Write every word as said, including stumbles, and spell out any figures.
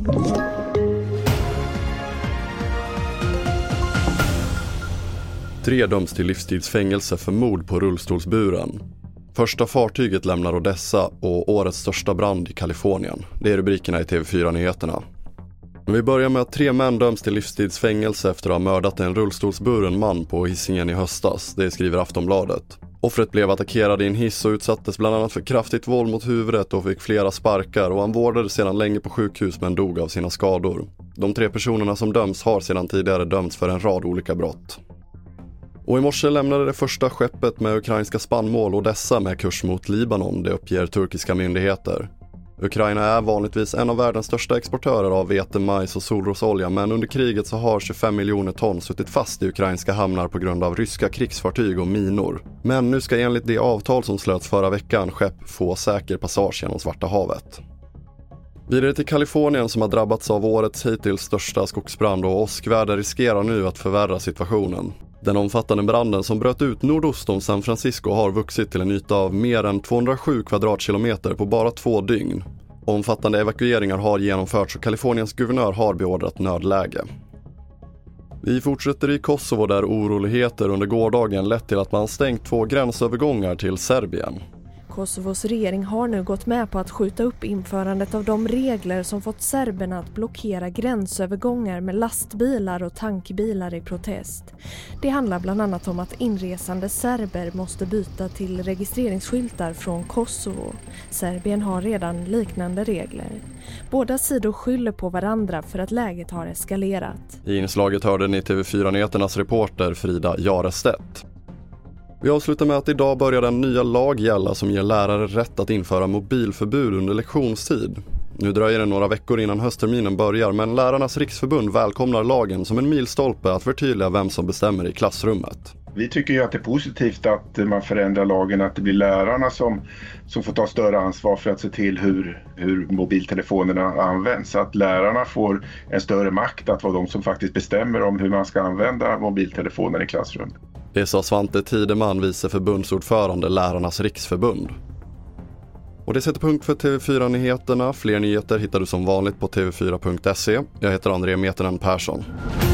Tre döms till livstidsfängelse för mord på rullstolsburen. Första fartyget lämnar Odessa och årets största brand i Kalifornien. Det är rubrikerna i T V fyra-nyheterna. Vi börjar med att tre män döms till livstidsfängelse efter att ha mördat en rullstolsburen man på Hisingen i höstas. Det skriver Aftonbladet. Offret blev attackerad i en hiss och utsattes bland annat för kraftigt våld mot huvudet och fick flera sparkar, och han vårdades sedan länge på sjukhus men dog av sina skador. De tre personerna som döms har sedan tidigare dömts för en rad olika brott. Och i morse lämnade det första skeppet med ukrainska spannmål Odessa med kurs mot Libanon, det uppger turkiska myndigheter. Ukraina är vanligtvis en av världens största exportörer av vete, majs och solrosolja, men under kriget så har tjugofem miljoner ton suttit fast i ukrainska hamnar på grund av ryska krigsfartyg och minor. Men nu ska enligt det avtal som slöts förra veckan skepp få säker passage genom Svarta havet. Vidare till Kalifornien som har drabbats av årets hittills största skogsbrand, och åskväder riskerar nu att förvärra situationen. Den omfattande branden som bröt ut nordost om San Francisco har vuxit till en yta av mer än tvåhundrasju kvadratkilometer på bara två dygn. Omfattande evakueringar har genomförts och Kaliforniens guvernör har beordrat nödläge. Vi fortsätter i Kosovo där oroligheter under gårdagen lett till att man stängt två gränsövergångar till Serbien. Kosovos regering har nu gått med på att skjuta upp införandet av de regler som fått serberna att blockera gränsövergångar med lastbilar och tankbilar i protest. Det handlar bland annat om att inresande serber måste byta till registreringsskyltar från Kosovo. Serbien har redan liknande regler. Båda sidor skyller på varandra för att läget har eskalerat. I inslaget hörde ni T V fyra-nyheternas reporter Frida Jarestedt. Vi avslutar med att idag börjar en nya lag gälla som ger lärare rätt att införa mobilförbud under lektionstid. Nu dröjer det några veckor innan höstterminen börjar, men Lärarnas riksförbund välkomnar lagen som en milstolpe att förtydliga vem som bestämmer i klassrummet. Vi tycker ju att det är positivt att man förändrar lagen, att det blir lärarna som, som får ta större ansvar för att se till hur, hur mobiltelefonerna används. Att lärarna får en större makt att vara de som faktiskt bestämmer om hur man ska använda mobiltelefoner i klassrummet. Det sa Svante Tideman, vice förbundsordförande Lärarnas riksförbund. Och det sätter punkt för T V fyra-nyheterna. Fler nyheter hittar du som vanligt på t v fyra punkt se. Jag heter André Metenen Persson.